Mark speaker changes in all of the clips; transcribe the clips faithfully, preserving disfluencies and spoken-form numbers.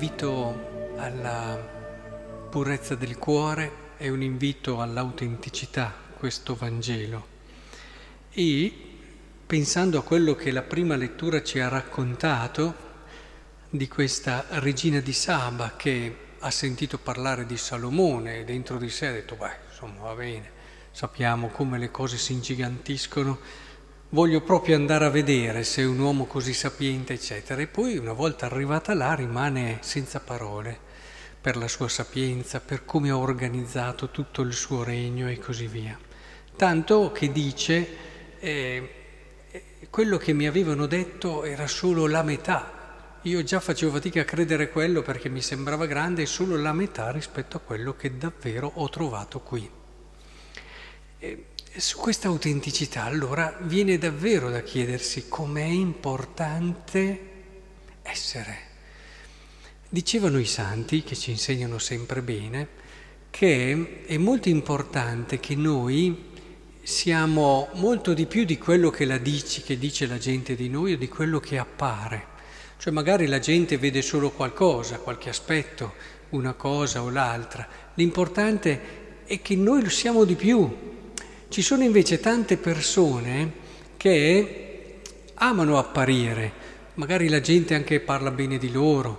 Speaker 1: invito alla purezza del cuore, è un invito all'autenticità, questo Vangelo. E pensando a quello che la prima lettura ci ha raccontato di questa regina di Saba che ha sentito parlare di Salomone e dentro di sé ha detto, beh, insomma, va bene, sappiamo come le cose si ingigantiscono, voglio proprio andare a vedere se è un uomo così sapiente, eccetera. E poi, una volta arrivata là, rimane senza parole per la sua sapienza, per come ha organizzato tutto il suo regno e così via. Tanto che dice, eh, quello che mi avevano detto era solo la metà. Io già facevo fatica a credere quello perché mi sembrava grande, e solo la metà rispetto a quello che davvero ho trovato qui. E su questa autenticità allora viene davvero da chiedersi com'è importante essere. Dicevano i santi, che ci insegnano sempre bene, che è molto importante che noi siamo molto di più di quello che la dici, che dice la gente di noi, o di quello che appare. Cioè magari la gente vede solo qualcosa, qualche aspetto, una cosa o l'altra. L'importante è che noi lo siamo di più. Ci sono invece tante persone che amano apparire, magari la gente anche parla bene di loro,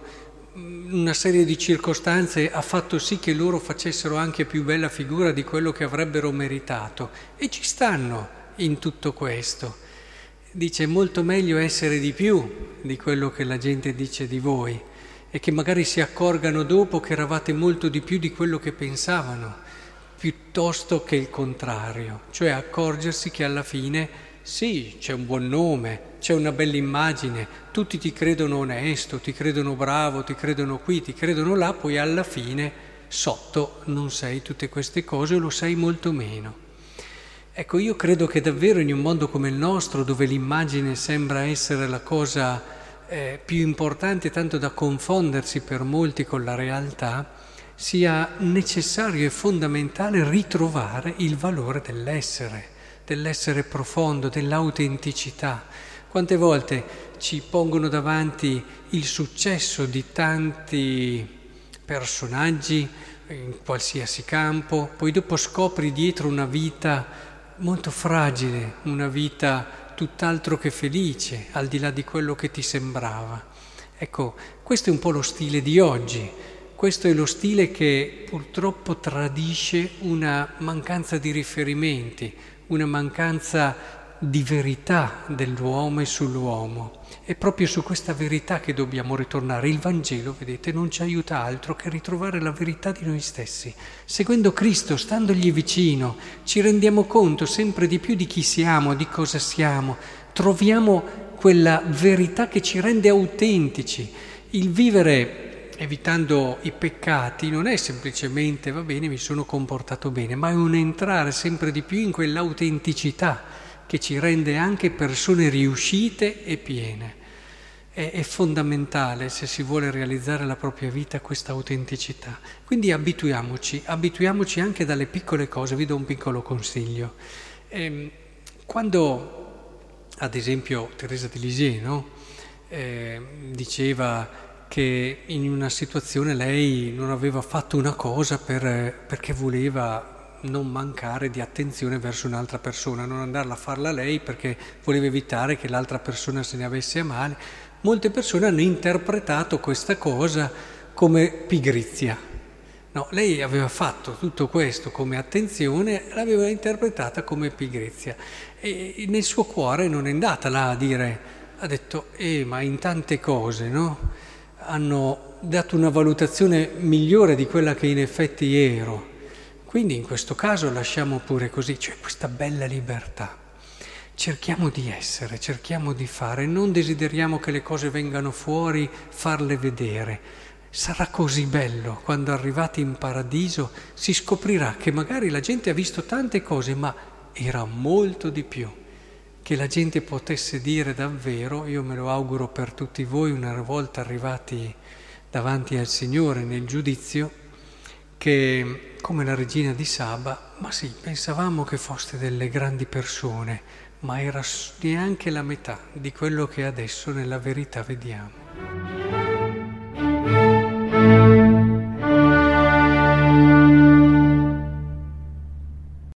Speaker 1: una serie di circostanze ha fatto sì che loro facessero anche più bella figura di quello che avrebbero meritato, e ci stanno in tutto questo. Dice, è molto meglio essere di più di quello che la gente dice di voi, e che magari si accorgano dopo che eravate molto di più di quello che pensavano, piuttosto che il contrario, cioè accorgersi che alla fine sì, c'è un buon nome, c'è una bella immagine, tutti ti credono onesto, ti credono bravo, ti credono qui, ti credono là, poi alla fine sotto non sei tutte queste cose o lo sei molto meno. Ecco, io credo che davvero in un mondo come il nostro, dove l'immagine sembra essere la cosa eh, più importante, tanto da confondersi per molti con la realtà, sia necessario e fondamentale ritrovare il valore dell'essere, dell'essere profondo, dell'autenticità. Quante volte ci pongono davanti il successo di tanti personaggi in qualsiasi campo, poi dopo scopri dietro una vita molto fragile, una vita tutt'altro che felice, al di là di quello che ti sembrava. Ecco, questo è un po' lo stile di oggi. Questo è lo stile che purtroppo tradisce una mancanza di riferimenti, una mancanza di verità dell'uomo e sull'uomo. È proprio su questa verità che dobbiamo ritornare. Il Vangelo, vedete, non ci aiuta altro che a ritrovare la verità di noi stessi. Seguendo Cristo, standogli vicino, ci rendiamo conto sempre di più di chi siamo, di cosa siamo. Troviamo quella verità che ci rende autentici. Il vivere evitando i peccati non è semplicemente va bene, mi sono comportato bene, ma è un entrare sempre di più in quell'autenticità che ci rende anche persone riuscite e piene. È, è fondamentale, se si vuole realizzare la propria vita, questa autenticità. Quindi abituiamoci, abituiamoci anche dalle piccole cose. Vi do un piccolo consiglio. Ehm, quando, ad esempio, Teresa di Lisieux, no? eh, diceva che in una situazione lei non aveva fatto una cosa per, perché voleva non mancare di attenzione verso un'altra persona, non andarla a farla lei perché voleva evitare che l'altra persona se ne avesse a male. Molte persone hanno interpretato questa cosa come pigrizia. No, lei aveva fatto tutto questo come attenzione, l'aveva interpretata come pigrizia, e nel suo cuore non è andata là a dire, ha detto, eh ma in tante cose, no? Hanno dato una valutazione migliore di quella che in effetti ero. Quindi in questo caso lasciamo pure così, cioè questa bella libertà. Cerchiamo di essere, cerchiamo di fare, non desideriamo che le cose vengano fuori, farle vedere. Sarà così bello quando arrivati in paradiso si scoprirà che magari la gente ha visto tante cose, ma era molto di più. Che la gente potesse dire davvero, io me lo auguro per tutti voi una volta arrivati davanti al Signore nel giudizio, che come la regina di Saba, ma sì, pensavamo che foste delle grandi persone, ma era neanche la metà di quello che adesso nella verità vediamo.